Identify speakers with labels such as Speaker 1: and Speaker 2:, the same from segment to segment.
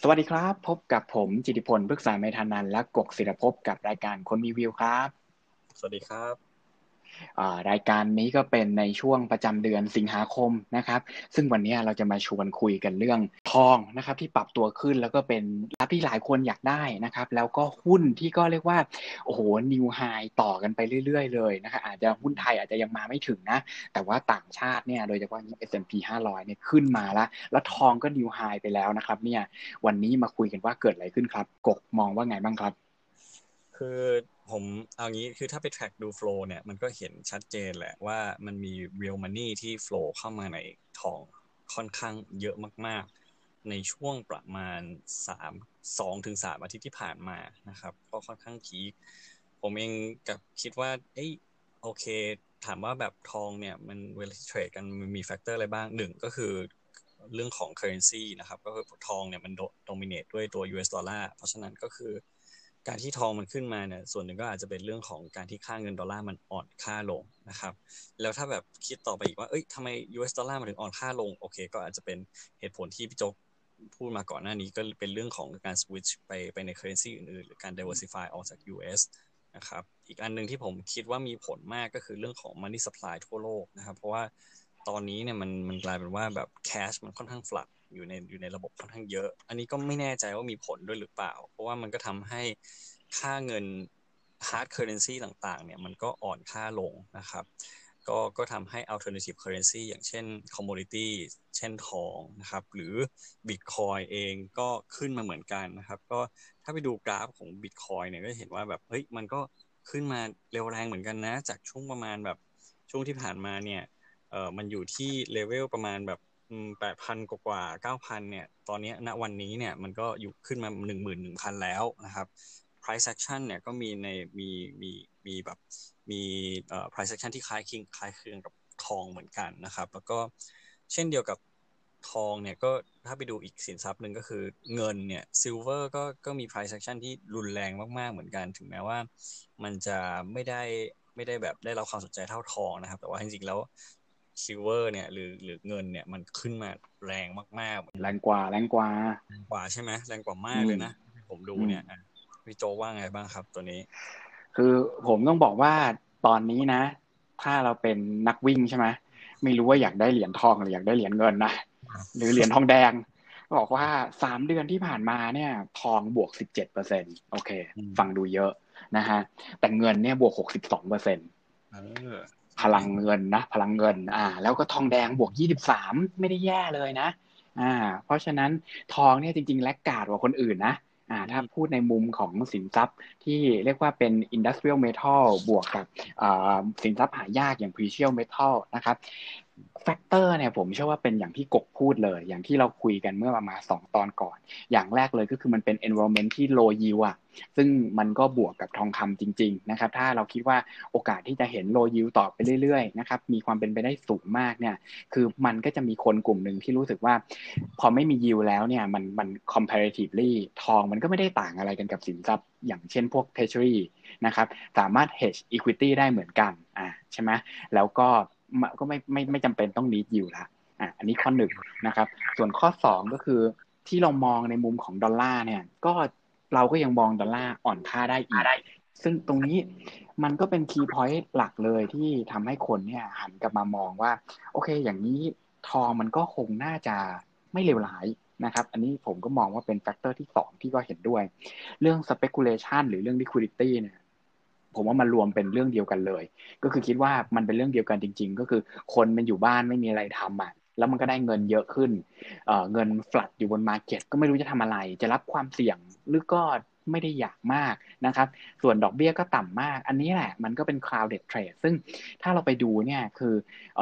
Speaker 1: สวัสดีครับพบกับผมจิตติพลพฤกษาเมธานันท์และกกศิรภพกับรายการคนมีวิวครับ
Speaker 2: สวัสดีครับ
Speaker 1: รายการนี้ก็เป็นในช่วงประจำเดือนสิงหาคมนะครับซึ่งวันนี้เราจะมาชวนคุยกันเรื่องทองนะครับที่ปรับตัวขึ้นแล้วก็เป็นรับที่หลายคนอยากได้นะครับแล้วก็หุ้นที่ก็เรียกว่าโอ้โหนิวไฮต่อกันไปเรื่อยๆเลยนะครับอาจจะหุ้นไทยอาจจะยังมาไม่ถึงนะแต่ว่าต่างชาติเนี่ยโดยเฉพาะ S&P 500เนี่ยขึ้นมาแล้วทองก็นิวไฮไปแล้วนะครับเนี่ยวันนี้มาคุยกันว่าเกิดอะไรขึ้นครับกกมองว่าไงบ้างครับ
Speaker 2: คือผมเอางี้คือถ้าไป track ดู flow เนี่ยมันก็เห็นชัดเจนแหละว่ามันมี real money ที่ flow เข้ามาในทองค่อนข้างเยอะมากๆในช่วงประมาณ2 ถึง 3อาทิตย์ที่ผ่านมานะครับก็ค่อนข้างพีคผมเองกับคิดว่าเอ้ยโอเคถามว่าแบบทองเนี่ยมันเวลาที่เทรดกันมันมีแฟกเตอร์อะไรบ้างหนึ่งก็คือเรื่องของ currency นะครับก็คือทองเนี่ยมันdominate ด้วยตัว US ดอลลาร์เพราะฉะนั้นก็คือการที่ทองมันขึ้นมาเนี่ยส่วนหนึ่งก็อาจจะเป็นเรื่องของการที่ค่าเงินดอลลาร์มันอ่อนค่าลงนะครับแล้วถ้าแบบคิดต่อไปอีกว่าเอ้ยทำไม US ดอลลาร์มันถึงอ่อนค่าลงโอเคก็อาจจะเป็นเหตุผลที่พี่โจ๊กพูดมาก่อนหน้านี้ก็เป็นเรื่องของการ switch ไปใน currency อื่นๆหรือการ diversify ออกจาก US นะครับอีกอันหนึ่งที่ผมคิดว่ามีผลมากก็คือเรื่องของ money supply ทั่วโลกนะครับเพราะว่าตอนนี้เนี่ยมันกลายเป็นว่าแบบ cash มันค่อนข้าง flood อยู่ในระบบค่อนข้างเยอะอันนี้ก็ไม่แน่ใจว่ามีผลด้วยหรือเปล่าเพราะว่ามันก็ทำให้ค่าเงิน hard currency ต่างๆเนี่ยมันก็อ่อนค่าลงนะครับก็ทำให้ alternative currency อย่างเช่น commodity เช่นทองนะครับหรือ Bitcoin เองก็ขึ้นมาเหมือนกันนะครับก็ถ้าไปดูกราฟของ Bitcoin เนี่ยก็เห็นว่าแบบเฮ้ยมันก็ขึ้นมาเร็วแรงเหมือนกันนะจากช่วงประมาณแบบช่วงที่ผ่านมาเนี่ยมันอยู่ที่เลเวลประมาณแบบ8,000กว่า9,000เนี่ยตอนนี้ณวันนี้เนี่ยมันก็อยู่ขึ้นมา11,000แล้วนะครับ price action เนี่ยก็มีในมีมีแบบมีprice action ที่คล้ายคลึงกับทองเหมือนกันนะครับแล้วก็เช่นเดียวกับทองเนี่ยก็ถ้าไปดูอีกสินทรัพย์หนึ่งก็คือเงินเนี่ยซิลเวอร์ก็มี price action ที่รุนแรงมากๆเหมือนกันถึงแม้ว่ามันจะไม่ได้แบบได้รับความสนใจเท่าทองนะครับแต่ว่าจริงๆแล้วซิลเวอร์เนี่ยหรือเงินเนี่ยมันขึ้นมาแรงมาก
Speaker 1: แรงกว่า
Speaker 2: ๆแรงกว่าใช่ไหมแรงกว่ามาก
Speaker 1: อืม
Speaker 2: เลยนะผมดู
Speaker 1: อืม
Speaker 2: เนี่ยพี่โจว่าไงบ้างครับตัวนี้
Speaker 1: คือผมต้องบอกว่าตอนนี้นะถ้าเราเป็นนักวิ่งใช่ไหมไม่รู้ว่าอยากได้เหรียญทองหรืออยากได้เหรียญเงินนะหรือเหรียญทองแดงบอกว่า3 เดือนที่ผ่านมาเนี่ยทองบวก17%โอเคฟัง
Speaker 2: อืม
Speaker 1: ดูเยอะนะฮะแต่เงินเนี่ยบวก62%
Speaker 2: เออ
Speaker 1: พลังเงินนะพลังเงินแล้วก็ทองแดงบวก23ไม่ได้แย่เลยนะเพราะฉะนั้นทองเนี่ยจริงๆแลกขาดกว่าคนอื่นนะถ้าพูดในมุมของสินทรัพย์ที่เรียกว่าเป็น industrial metal บวกกับสินทรัพย์หายากอย่าง precious metal นะครับแฟกเตอร์เนี่ยผมเชื่อว่าเป็นอย่างที่กบพูดเลยอย่างที่เราคุยกันเมื่อประมาณ2 ตอนก่อนอย่างแรกเลยก็คือมันเป็น environment ที่ low yield ซึ่งมันก็บวกกับทองคำจริงๆนะครับถ้าเราคิดว่าโอกาสที่จะเห็น low yield ต่อไปเรื่อยๆนะครับมีความเป็นไปได้สูงมากเนี่ยคือมันก็จะมีคนกลุ่มหนึ่งที่รู้สึกว่าพอไม่มี yield แล้วเนี่ยมัน comparatively ทองมันก็ไม่ได้ต่างอะไรกันกับสินทรัพย์อย่างเช่นพวก treasury นะครับสามารถ hedge equity ได้เหมือนกันใช่ไหมแล้วก็ไม่จำเป็นต้อง need yield ละอันนี้ข้อหนึ่งนะครับส่วนข้อสองก็คือที่เรามองในมุมของดอลลาร์เนี่ยก็เราก็ยังมองดอลลาร์อ่อนค่าได้อีกซึ่งตรงนี้มันก็เป็นคีย์พอยต์หลักเลยที่ทำให้คนเนี่ยหันกลับมามองว่าโอเคอย่างนี้ทองมันก็คงน่าจะไม่เลวร้ายนะครับอันนี้ผมก็มองว่าเป็นแฟกเตอร์ที่สองที่ก็เห็นด้วยเรื่อง speculation หรือเรื่อง liquidity เนี่ยผมว่ามันรวมเป็นเรื่องเดียวกันเลยก็คือคิดว่ามันเป็นเรื่องเดียวกันจริงๆก็คือคนมันอยู่บ้านไม่มีอะไรทำแล้วมันก็ได้เงินเยอะขึ้นเงินฟลัดอยู่บนมาร์เก็ตก็ไม่รู้จะทำอะไรจะรับความเสี่ยงหรือก็ไม่ได้อยากมากนะครับส่วนดอกเบี้ยก็ต่ำมากอันนี้แหละมันก็เป็น crowded trade ซึ่งถ้าเราไปดูเนี่ยคือ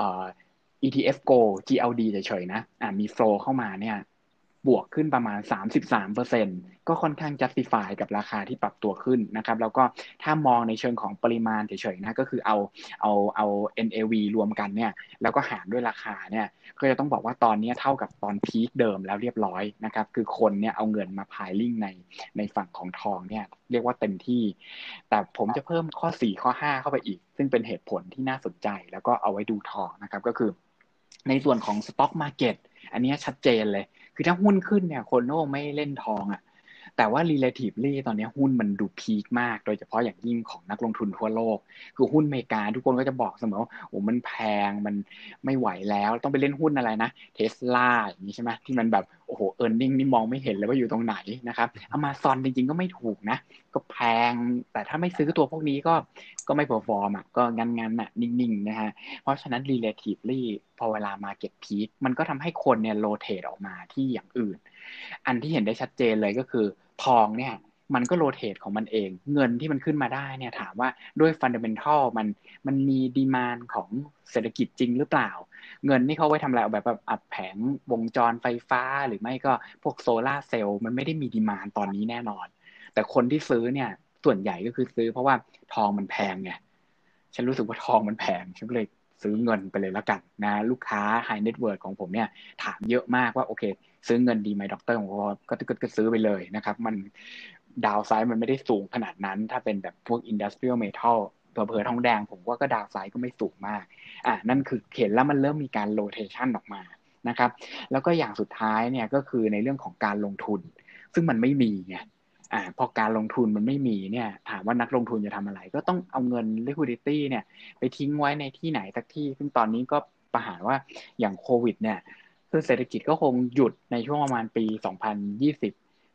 Speaker 1: ETF Go GLD เฉยๆนะมี flow เข้ามาเนี่ยบวกขึ้นประมาณ33%ก็ค่อนข้าง justify กับราคาที่ปรับตัวขึ้นนะครับแล้วก็ถ้ามองในเชิงของปริมาณเฉยๆนะก็คือเอา NAV รวมกันเนี่ยแล้วก็หารด้วยราคาเนี่ยก็จะต้องบอกว่าตอนนี้เท่ากับตอนพีคเดิมแล้วเรียบร้อยนะครับคือคนเนี่ยเอาเงินมาพายลิ่งในฝั่งของทองเนี่ยเรียกว่าเต็มที่แต่ผมจะเพิ่มข้อ4ข้อ5เข้าไปอีกซึ่งเป็นเหตุผลที่น่าสนใจแล้วก็เอาไว้ดูทองนะครับก็คือในส่วนของ stock market อันนี้ชัดเจนเลยคืคือถ้าหุ้นขึ้นเนี่ยคนโลกไม่เล่นทองอ่ะแต่ว่า relatively ตอนนี้หุ้นมันดูพีคมากโดยเฉพาะอย่างยิ่งของนักลงทุนทั่วโลกคือหุ้นอเมริกาทุกคนก็จะบอกเสมอว่าโอ้มันแพงมันไม่ไหวแล้วต้องไปเล่นหุ้นอะไรนะเทสลาอย่างนี้ใช่ไหมที่มันแบบโอ้โหเออร์เน็งนี่มองไม่เห็นเลยว่าอยู่ตรงไหนนะครับAmazonจริงๆก็ไม่ถูกนะก็แพงแต่ถ้าไม่ซื้อตัวพวกนี้ก็ไม่เพอร์ฟอร์มอ่ะก็งั้นอ่ะนิ่งๆนะฮะเพราะฉะนั้น relatively พอเวลา market peak มันก็ทำให้คนเนี่ย rotate ออกมาที่อย่างอื่นอันที่เห็นได้ชัดเจนเลยก็คือทองเนี่ยมันก็โรเตทของมันเองเงินที่มันขึ้นมาได้เนี่ยถามว่าด้วยฟันเดเมนทัลมันมีดีมานของเศรษฐกิจจริงหรือเปล่าเงินนี่เขาไว้ทำอะไรเอาแบบอัดแผงวงจรไฟฟ้าหรือไม่ก็พวกโซลาร์เซลล์มันไม่ได้มีดีมานตอนนี้แน่นอนแต่คนที่ซื้อเนี่ยส่วนใหญ่ก็คือซื้อเพราะว่าทองมันแพงไงฉันรู้สึกว่าทองมันแพงฉันก็เลยซื้อเงินไปเลยละกันนะลูกค้า High Net Worth ของผมเนี่ยถามเยอะมากว่าโอเคซื้อเงินดีไหมด็อกเตอร์ผมก็ซื้อไปเลยนะครับมันดาวไซด์มันไม่ได้สูงขนาดนั้นถ้าเป็นแบบพวก Industrial Metal เผลอๆทองแดงผมว่าก็ดาวไซด์ก็ไม่สูงมากนั่นคือเห็นแล้วมันเริ่มมีการโรเทชันออกมานะครับแล้วก็อย่างสุดท้ายเนี่ยก็คือในเรื่องของการลงทุนซึ่งมันไม่มีไงพอการลงทุนมันไม่มีเนี่ยถามว่านักลงทุนจะทำอะไรก็ต้องเอาเงิน liquidity เนี่ยไปทิ้งไว้ในที่ไหนสักที่ซึ่งตอนนี้ก็ประหารว่าอย่างโควิดเนี่ยคือเศรษฐกิจก็คงหยุดในช่วงประมาณปี2020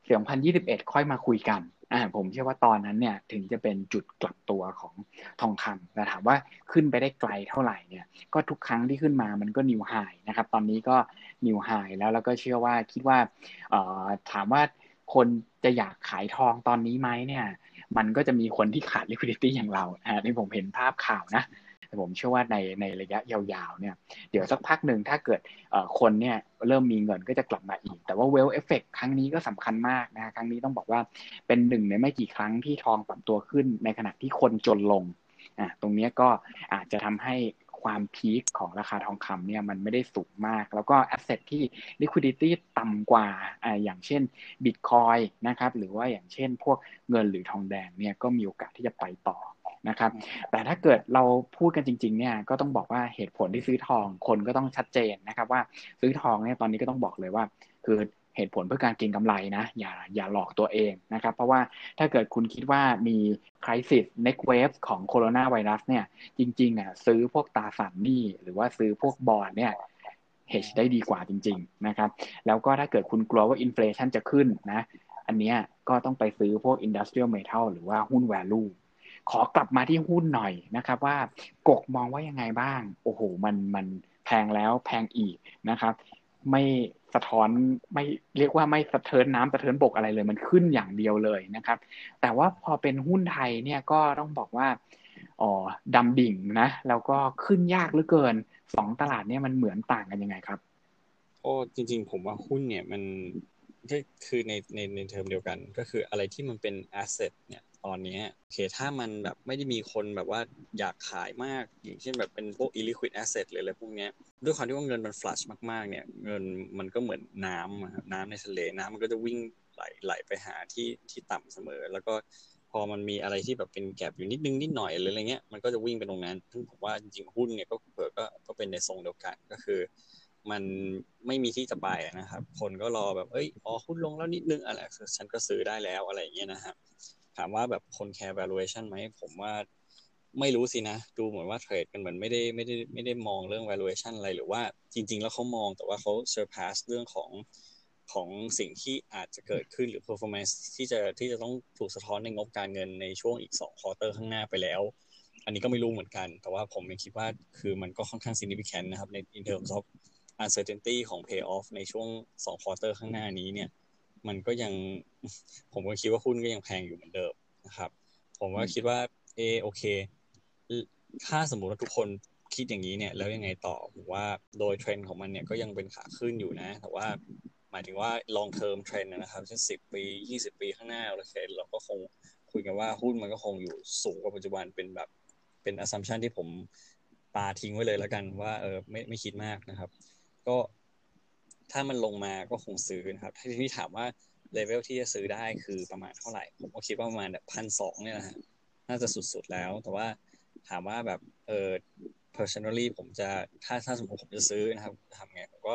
Speaker 1: 2021ค่อยมาคุยกันผมเชื่อว่าตอนนั้นเนี่ยถึงจะเป็นจุดกลับตัวของทองคำแต่ถามว่าขึ้นไปได้ไกลเท่าไหร่เนี่ยก็ทุกครั้งที่ขึ้นมามันก็นิวไฮนะครับตอนนี้ก็นิวไฮแล้วก็เชื่อว่าคิดว่าถามว่าคนจะอยากขายทองตอนนี้ไหมเนี่ยมันก็จะมีคนที่ขาด liquidity อย่างเราที่ผมเห็นภาพข่าวนะแต่ผมเชื่อว่าในระยะยาวๆเนี่ยเดี๋ยวสักพักหนึ่งถ้าเกิดคนเนี่ยเริ่มมีเงินก็จะกลับมาอีกแต่ว่า wealth effect ครั้งนี้ก็สำคัญมากนะครั้งนี้ต้องบอกว่าเป็นหนึ่งในไม่กี่ครั้งที่ทองปรับตัวขึ้นในขณะที่คนจนลงตรงนี้ก็อาจจะทำให้ความพีคของราคาทองคำเนี่ยมันไม่ได้สูงมากแล้วก็ asset ที่ liquidity ต่ำกว่าอย่างเช่น Bitcoin นะครับหรือว่าอย่างเช่นพวกเงินหรือทองแดงเนี่ยก็มีโอกาสที่จะไปต่อนะครับแต่ถ้าเกิดเราพูดกันจริงๆเนี่ยก็ต้องบอกว่าเหตุผลที่ซื้อทองคนก็ต้องชัดเจนนะครับว่าซื้อทองเนี่ยตอนนี้ก็ต้องบอกเลยว่าคือเหตุผลเพื่อการเก็งกำไรนะอย่าหลอกตัวเองนะครับเพราะว่าถ้าเกิดคุณคิดว่ามี crisis next wave ของโคโรนาไวรัสเนี่ยจริงๆซื้อพวกตราสารหนี้หรือว่าซื้อพวกบอนด์เนี่ย hedge ได้ดีกว่าจริงๆนะครับแล้วก็ถ้าเกิดคุณกลัวว่าอินเฟลชันจะขึ้นนะอันนี้ก็ต้องไปซื้อพวก industrial metal หรือว่าหุ้น value ขอกลับมาที่หุ้นหน่อยนะครับว่ากกมองว่ายังไงบ้างโอ้โหมันแพงแล้วแพงอีกนะครับไม่สะท้อนไม่เรียกว่าไม่สะเทินน้ำสะเทินบกอะไรเลยมันขึ้นอย่างเดียวเลยนะครับแต่ว่าพอเป็นหุ้นไทยเนี่ยก็ต้องบอกว่าอ๋อดำดิ่งนะแล้วก็ขึ้นยากเหลือเกินสองตลาดเนี่ยมันเหมือนต่างกันยังไงครับ
Speaker 2: ก็จริงๆผมว่าหุ้นเนี่ยมันก็คือในเทอมเดียวกันก็คืออะไรที่มันเป็นแอสเซทเนี่ยตอนนี้โอเคถ้ามันแบบไม่ได้มีคนแบบว่าอยากขายมากอย่างเช่นแบบเป็นพวก illiquid asset หรืออะไรพวกเนี้ยด้วยความที่ว่าเงินมัน flush มากๆเนี่ยเงินมันก็เหมือนน้ำครับน้ำในทะเลน้ำมันก็จะวิ่งไหลไปหาที่ต่ำเสมอแล้วก็พอมันมีอะไรที่แบบเป็นแก็บอยู่นิดนึงนิดหน่อยหรืออะไรเงี้ยมันก็จะวิ่งไปตรงนั้นซึ่งผมว่าจริงๆหุ้นเนี่ยก็เผื่อก็เป็นในทรงเดียวกันก็คือ มันไม่มีที่จะไปนะครับคนก็รอแบบเอ้ยอ๋อหุ้นลงแล้วนิดนึงอะไรฉันก็ซื้อได้แล้วอะไรอย่างเงี้ยนะครับถามว่าแบบคนแคร์ valuation ไหมผมว่าไม่รู้สินะดูเหมือนว่าเทรดกันเหมือนไม่ได้มองเรื่อง valuation อะไรหรือว่าจริงๆแล้วเขามองแต่ว่าเขา surpass เรื่องของสิ่งที่อาจจะเกิดขึ้นหรือ performance ที่จะต้องถูกสะท้อนในงบการเงินในช่วงอีก2 quarter ข้างหน้าไปแล้วอันนี้ก็ไม่รู้เหมือนกันแต่ว่าผมคิดว่าคือมันก็ค่อนข้าง significant นะครับใน in terms of uncertainty ของ payoff ในช่วง2 quarter ข้างหน้านี้เนี่ยมันก็ยังผมก็คิดว่าหุ้นก็ยังแพงอยู่เหมือนเดิมนะครับผมว่าคิดว่าโอเคถ้าสมมุติว่าทุกคนคิดอย่างนี้เนี่ยแล้วยังไงต่อผมว่าโดยเทรนด์ของมันเนี่ยก็ยังเป็นขาขึ้นอยู่นะแต่ว่าหมายถึงว่า long term trend นะครับเช่น10 ปี20 ปีข้างหน้าเราก็คงคุยกันว่าหุ้นมันก็คงอยู่สูงกว่าปัจจุบันเป็นแบบเป็น assumption ที่ผมปาทิ้งไว้เลยแล้วกันว่าไม่คิดมากนะครับ ก็ถ้ามันลงมาก็คงซื้อนะครับถ้าที่ถามว่าเลเวลที่จะซื้อได้คือประมาณเท่าไหร่ผมก็คิดว่าประมาณแบบ1,200เนี่ยนะฮะน่าจะสุดๆแล้วแต่ว่าถามว่าแบบpersonally ผมจะถ้าสมมติผมจะซื้อนะครับทำไงผมก็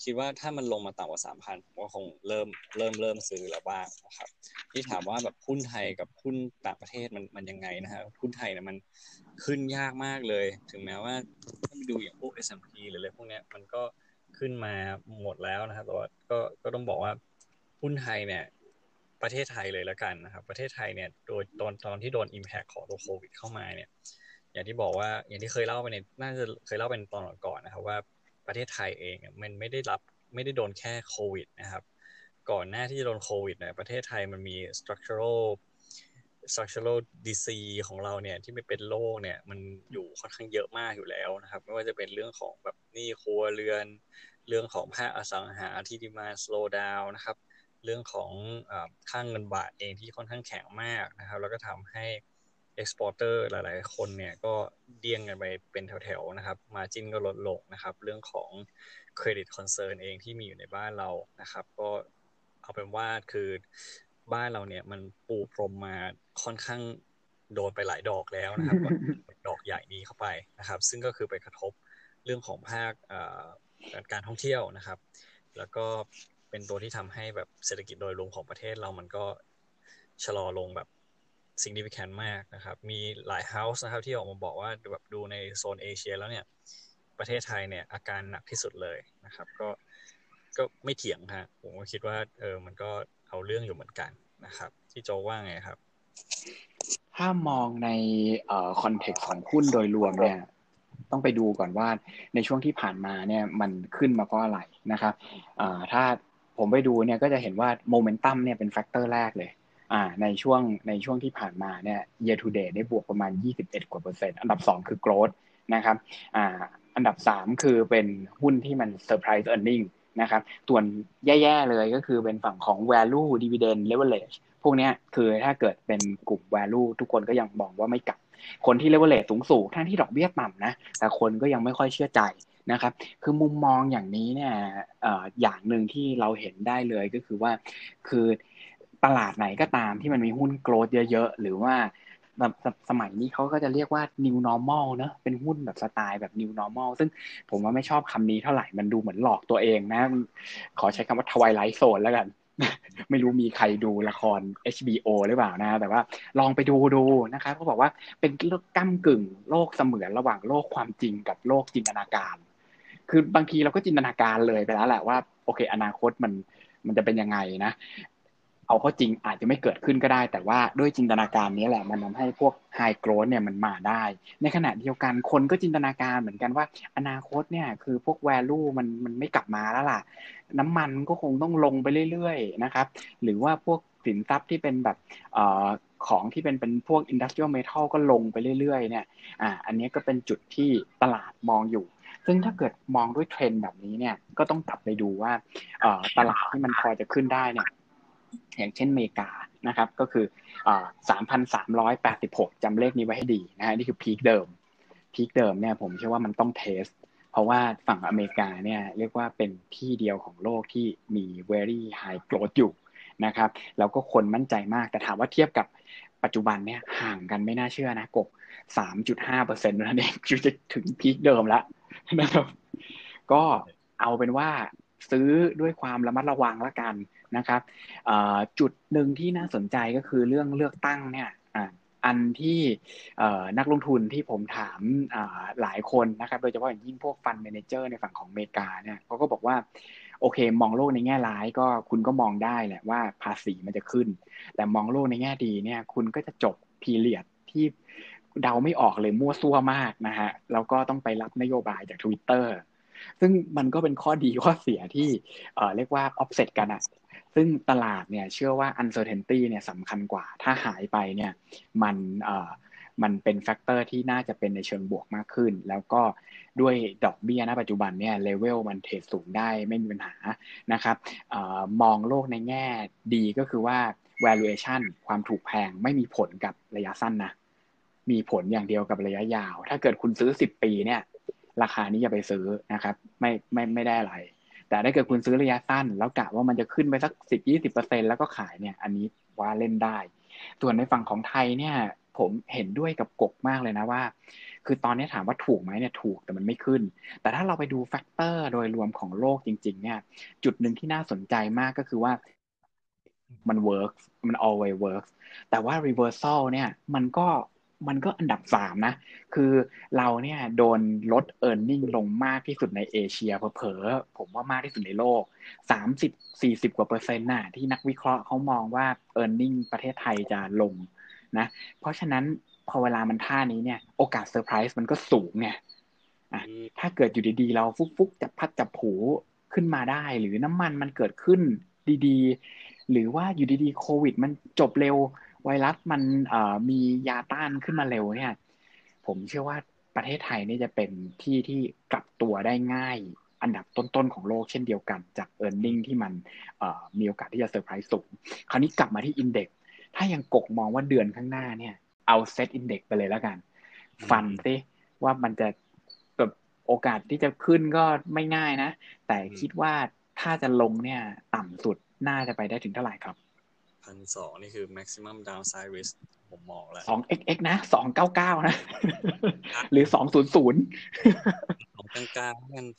Speaker 2: คิดว่าถ้ามันลงมาต่ำกว่า 3,000 ผมก็คงเริ่มซื้อแล้วบ้างนะครับที่ถามว่าแบบหุ้นไทยกับหุ้นต่างประเทศมันยังไงนะฮะหุ้นไทยเนี่ยมันขึ้นยากมากเลยถึงแม้ว่าถ้าไปดูอย่างพวก S&P หรืออะไรพวกเนี้ยมันก็ขึ้นมาหมดแล้วนะครับแต่ว่าก็ต้องบอกว่าหุ้นไทยเนี่ยประเทศไทยเลยแล้วกันนะครับประเทศไทยเนี่ยโดยตอนที่โดน impact ของตัวโควิดเข้ามาเนี่ยอย่างที่บอกว่าอย่างที่เคยเล่าไปในน่าจะเคยเล่าเป็นตอนก่อนๆนะครับว่าประเทศไทยเองมันไม่ได้โดนแค่โควิดนะครับก่อนหน้าที่จะโดนโควิดเนี่ยประเทศไทยมันมี structural disease ของเราเนี่ยที่ไม่เป็นโรคเนี่ยมันอยู่ค่อนข้างเยอะมากอยู่แล้วนะครับไม่ว่าจะเป็นเรื่องของแบบหนี้ครัวเรือนเรื่องของภาคอสังหาที่ดีมาslow down นะครับเรื่องของค่างเงินบาทเองที่ค่อนข้างแข็งมากนะครับแล้วก็ทำให้ exporter หลายๆคนเนี่ยก็เดี้ยงกันไปเป็นแถวๆนะครับ margin ก็ลดลงนะครับเรื่องของ credit concern เองที่มีอยู่ในบ้านเรานะครับก็เอาเป็นว่าคือบ้านเราเนี่ยมันปูพรมมาค่อนข้างโดนไปหลายดอกแล้วนะครับก็ดอกใหญ่นี้เข้าไปนะครับซึ่งก็คือไปกระทบเรื่องของภาคการท่องเที่ยวนะครับแล้วก็เป็นตัวที่ทำให้แบบเศรษฐกิจโดยรวมของประเทศเรามันก็ชะลอลงแบบ significant มากนะครับมีหลาย house นะครับที่ออกมาบอกว่าแบบดูในโซนเอเชียแล้วเนี่ยประเทศไทยเนี่ยอาการหนักที่สุดเลยนะครับก็ไม่เถียงฮะผมก็คิดว่ามันก็เอาเรื่องอยู่เหมือนกันนะครับที่โจว่าไงครับ
Speaker 1: ถ้ามองในคอนเท็กซ์ของหุ้นโดยรวมเนี่ยต้องไปดูก่อนว่าในช่วงที่ผ่านมาเนี่ยมันขึ้นมาเพราะอะไรนะครับถ้าผมไปดูเนี่ยก็จะเห็นว่าโมเมนตัมเนี่ยเป็นแฟกเตอร์แรกเลยในช่วงที่ผ่านมาเนี่ย year to date ได้บวกประมาณ21 กว่าเปอร์เซ็นต์อันดับ2คือ growth นะครับอันดับ3คือเป็นหุ้นที่มัน surprise earning นะครับส่วนแย่ๆเลยก็คือเป็นฝั่งของ value dividend leverage พวกนี้คือถ้าเกิดเป็นกลุ่ม value ทุกคนก็ยังมองว่าไม่กลับคนที่ leverage สูงๆทั้งที่ดอกเบี้ยต่ำนะแต่คนก็ยังไม่ค่อยเชื่อใจนะครับคือมุมมองอย่างนี้เนี่ยอย่างหนึ่งที่เราเห็นได้เลยก็คือว่าคือตลาดไหนก็ตามที่มันมีหุ้นโกรธเยอะๆหรือว่าแบบสมัยนี้เขาก็จะเรียกว่า new normal เนอะเป็นหุ้นแบบสไตล์แบบ new normal ซึ่งผมว่าไม่ชอบคำนี้เท่าไหร่มันดูเหมือนหลอกตัวเองนะขอใช้คำว่า Twilight Zone แล้วกัน ไม่รู้มีใครดูละคร HBO หรือเปล่านะแต่ว่าลองไปดูนะครับเขาบอกว่าเป็นก้ำกึ่งโลกเสมือนระหว่างโลกความจริงกับโลกจินตนาการคือบางทีเราก็จินตนาการเลยไปแล้วแหละว่าโอเคอนาคตมันจะเป็นยังไงนะเอาเข้าจริงอาจจะไม่เกิดขึ้นก็ได้แต่ว่าด้วยจินตนาการนี้แหละมันทำให้พวกไฮโกรธเนี่ยมันมาได้ในขณะเดียวกันคนก็จินตนาการเหมือนกันว่าอนาคตเนี่ยคือพวก value มันไม่กลับมาแล้วล่ะน้ำมันก็คงต้องลงไปเรื่อยๆนะครับหรือว่าพวกสินทรัพย์ที่เป็นแบบของที่เป็นพวก industrial metal ก็ลงไปเรื่อยๆเนี่ยอันนี้ก็เป็นจุดที่ตลาดมองอยู่ซึ่งถ้าเกิดมองด้วยเทรนด์แบบนี้เนี่ยก็ต้องกลับไปดูว่าตลาดที่มันพอจะขึ้นได้เนี่ยอย่างเช่นอเมริกานะครับก็คือ3,386จำเลขนี้ไว้ให้ดีนะฮะนี่คือพีคเดิมเนี่ยผมเชื่อว่ามันต้องเทสเพราะว่าฝั่งอเมริกาเนี่ยเรียกว่าเป็นที่เดียวของโลกที่มี very high growth อยู่นะครับแล้วก็คนมั่นใจมากแต่ถามว่าเทียบกับปัจจุบันเนี่ยห่างกันไม่น่าเชื่อนะกบ 3.5% นั่นเองคือจะถึงพีคเดิมแล้วนะครับก็เอาเป็นว่าซื้อด้วยความระมัดระวังแล้วกันนะครับจุดหนึ่งที่น่าสนใจก็คือเรื่องเลือกตั้งเนี่ยอันที่นักลงทุนที่ผมถามหลายคนนะครับโดยเฉพาะอย่างยิ่งพวกฟันเมเนเจอร์ในฝั่งของอเมริกาเนี่ยเขาก็บอกว่าโอเคมองโลกในแง่ร้ายก็คุณก็มองได้แหละว่าภาษีมันจะขึ้นแต่มองโลกในแง่ดีเนี่ยคุณก็จะจบพีเรียดที่เดาไม่ออกเลยมั่วซั่วมากนะฮะแล้วก็ต้องไปรับนโยบายจาก Twitter ซึ่งมันก็เป็นข้อดีข้อเสียที่เรียกว่า offset กันอะซึ่งตลาดเนี่ยเชื่อว่า uncertainty เนี่ยสำคัญกว่าถ้าหายไปเนี่ยมันมันเป็นแฟกเตอร์ที่น่าจะเป็นในเชิงบวกมากขึ้นแล้วก็ด้วยดอกเบี้ยณปัจจุบันเนี่ยเลเวลมันเทรดสูงได้ไม่มีปัญหานะครับมองโลกในแง่ดีก็คือว่า valuation ความถูกแพงไม่มีผลกับระยะสั้นนะมีผลอย่างเดียวกับระยะยาวถ้าเกิดคุณซื้อ10 ปีเนี่ยราคานี้อย่าไปซื้อนะครับไม่ได้อะไรแต่ถ้าเกิดคุณซื้อระยะสั้นแล้วกะว่ามันจะขึ้นไปสัก10-20%แล้วก็ขายเนี่ยอันนี้ว่าเล่นได้ส่วนในฝั่งของไทยเนี่ยผมเห็นด้วยกับกบมากเลยนะว่าคือตอนนี้ถามว่าถูกไหมเนี่ยถูกแต่มันไม่ขึ้นแต่ถ้าเราไปดูแฟกเตอร์โดยรวมของโลกจริงๆเนี่ยจุดหนึ่งที่น่าสนใจมากก็คือว่ามัน works มัน always works แต่ว่า reversal เนี่ยมันก็อันดับ3นะคือเราเนี่ยโดนลด earning ลงมากที่สุดในเอเชียเผลอๆผมว่ามากที่สุดในโลก30-40 กว่าเปอร์เซ็นต์น่ะที่นักวิเคราะห์เขามองว่า earning ประเทศไทยจะลงนะเพราะฉะนั้นพอเวลามันท่านี้เนี่ยโอกาสเซอร์ไพรส์มันก็สูงเนี่ยถ้าเกิดอยู่ดีๆเราฟุกๆจับพัดจับผูขึ้นมาได้หรือน้ำมันมันเกิดขึ้นดีๆหรือว่าอยู่ดีๆโควิดมันจบเร็วไวรัสมันมียาต้านขึ้นมาเร็วเนี่ยผมเชื่อว่าประเทศไทยนี่จะเป็นที่ที่กลับตัวได้ง่ายอันดับต้นๆของโลกเช่นเดียวกันจาก earning ที่มันมีโอกาสที่จะเซอร์ไพรส์สูงคราวนี้กลับมาที่ index ถ้ายังกกมองว่าเดือนข้างหน้าเนี่ยเอาเซตอินเด็กซ์ไปเลยแล้วกันฟันซิว่ามันจะแบบโอกาสที่จะขึ้นก็ไม่ง่ายนะแต่คิดว่าถ้าจะลงเนี่ยต่ำสุดน่าจะไปได้ถึงเท่าไหร่ครับ
Speaker 2: 1,200นี่คือ maximum downside risk ผมมองแล้ว
Speaker 1: 2xx นะ299นะหรือ200
Speaker 2: ของกลางๆเป็น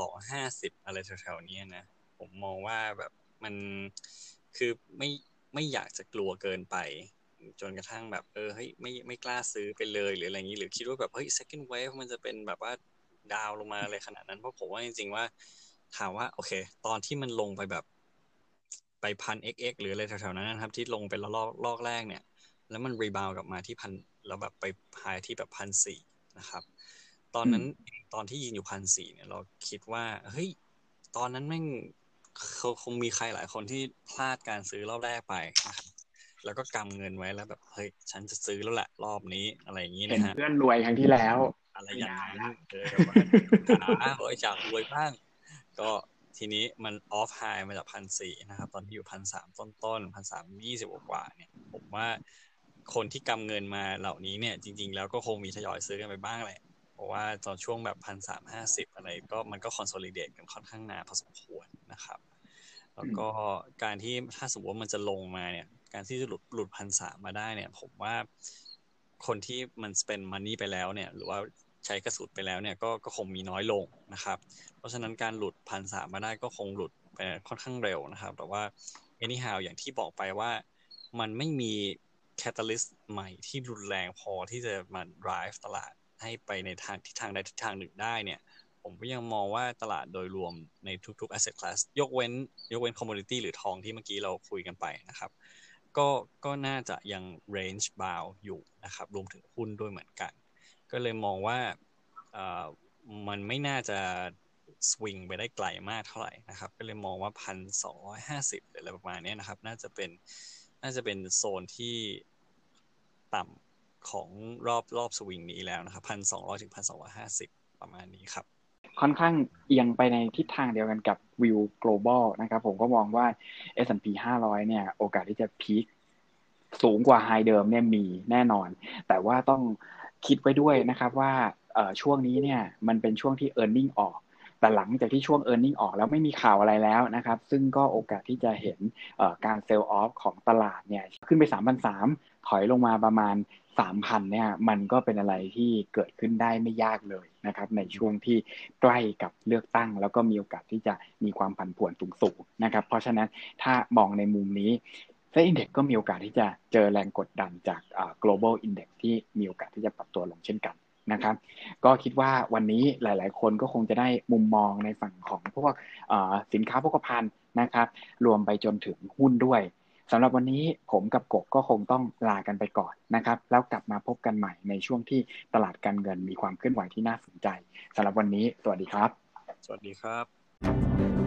Speaker 2: 1,250อะไรแถวๆนี้นะผมมองว่าแบบมันคือไม่อยากจะกลัวเกินไปจนกระทั่งแบบเฮ้ยไม่กล้าซื้อไปเลยหรืออะไรอย่างนี้หรือคิดว่าแบบเฮ้ย second wave มันจะเป็นแบบว่าดาวลงมาอะไรขนาดนั้นเพราะผมว่าจริงๆว่าถามว่าโอเคตอนที่มันลงไปแบบไป1,000 xx หรืออะไรแถวๆนั้นนะครับที่ลงไปลอกแรกเนี่ยแล้วมันรีบาวกลับมาที่พันแล้วแบบไปไฮที่แบบ1,400นะครับตอนนั้นตอนที่ยืนอยู่1,400เนี่ยเราคิดว่าเฮ้ยตอนนั้นแม่งคงมีใครหลายคนที่พลาดการซื้อรอบแรกไปนะครับแล้วก็กำเงินไว้แล้วแบบเฮ้ยฉันจะซื้อแล้วแหละรอบนี้อะไรอย่างนี้
Speaker 1: เห็น
Speaker 2: นะฮะ
Speaker 1: เพื่อนรวยครั้งที่แล้ว
Speaker 2: อะไร
Speaker 1: ไม่
Speaker 2: อย่างนั้น
Speaker 1: ได้ละ
Speaker 2: แบบว่าอยากรวยบ้างก็ทีนี้มันออฟไฮมาจาก1,400นะครับตอนที่อยู่1,300ต้น1,320กว่าเนี่ยผมว่าคนที่กำเงินมาเหล่านี้เนี่ยจริงๆแล้วก็คงมีทยอยซื้อกันไปบ้างแหละเพราะว่าตอนช่วงแบบ1,350อะไรก็มันก็คอนโซลิเดตกันค่อนข้างนานพอสมควรนะครับแล้วก็การที่ถ้าสมมติว่ามันจะลงมาเนี่ยการที่จะหลุด1,300มาได้เนี่ยผมว่าคนที่มันspend money ไปแล้วเนี่ยหรือว่าใช้กระสุนไปแล้วเนี่ยก็คงมีน้อยลงนะครับเพราะฉะนั้นการหลุด1,300มาได้ก็คงหลุดไปค่อนข้างเร็วนะครับแต่ว่า anyhow อย่างที่บอกไปว่ามันไม่มี catalyst ใหม่ที่รุนแรงพอที่จะมา drive ตลาดให้ไปในทางทิศทางใดทิศทางหนึ่งได้เนี่ยผมก็ยังมองว่าตลาดโดยรวมในทุกๆ asset class ยกเว้น commodity หรือทองที่เมื่อกี้เราคุยกันไปนะครับก็น่าจะยัง range bound อยู่นะครับรวมถึงหุ้นด้วยเหมือนกันก็เลยมองว่ามันไม่น่าจะสวิงไปได้ไกลมากเท่าไหร่นะครับก็เลยมองว่า1,250หรืออะไรประมาณนี้นะครับน่าจะเป็นโซนที่ต่ำของรอบสวิงนี้แล้วนะครับ1,200 ถึง 1,250ประมาณนี้ครับ
Speaker 1: ค่อนข้างเอียงไปในทิศทางเดียวกันกับวิว global นะครับผมก็มองว่า S&P 500เนี่ยโอกาสที่จะพีคสูงกว่าไฮเดิมเนี่ยมีแน่นอนแต่ว่าต้องคิดไว้ด้วยนะครับว่าช่วงนี้เนี่ยมันเป็นช่วงที่ earning ออกแต่หลังจากที่ช่วง earning ออกแล้วไม่มีข่าวอะไรแล้วนะครับซึ่งก็โอกาสที่จะเห็นการ sell off ของตลาดเนี่ยขึ้นไป 3,300 ถอยลงมาประมาณ 3,000 เนี่ยมันก็เป็นอะไรที่เกิดขึ้นได้ไม่ยากเลยนะครับในช่วงที่ใกล้กับเลือกตั้งแล้วก็มีโอกาสที่จะมีความผันผวนสูงๆนะครับเพราะฉะนั้นถ้ามองในมุมนี้เซ็ตอินเด็กซ์ก็มีโอกาสที่จะเจอแรงกดดันจากglobal index ที่มีโอกาสที่จะปรับตัวลงเช่นกันนะครับก็คิดว่าวันนี้หลายๆคนก็คงจะได้มุมมองในฝั่งของพวกสินค้าโภคภัณฑ์นะครับรวมไปจนถึงหุ้นด้วยสำหรับวันนี้ผมกับกบก็คงต้องลากันไปก่อนนะครับแล้วกลับมาพบกันใหม่ในช่วงที่ตลาดการเงินมีความเคลื่อนไหวที่น่าสนใจสำหรับวันนี้สวัสดีครับ
Speaker 2: สวัสดีครับ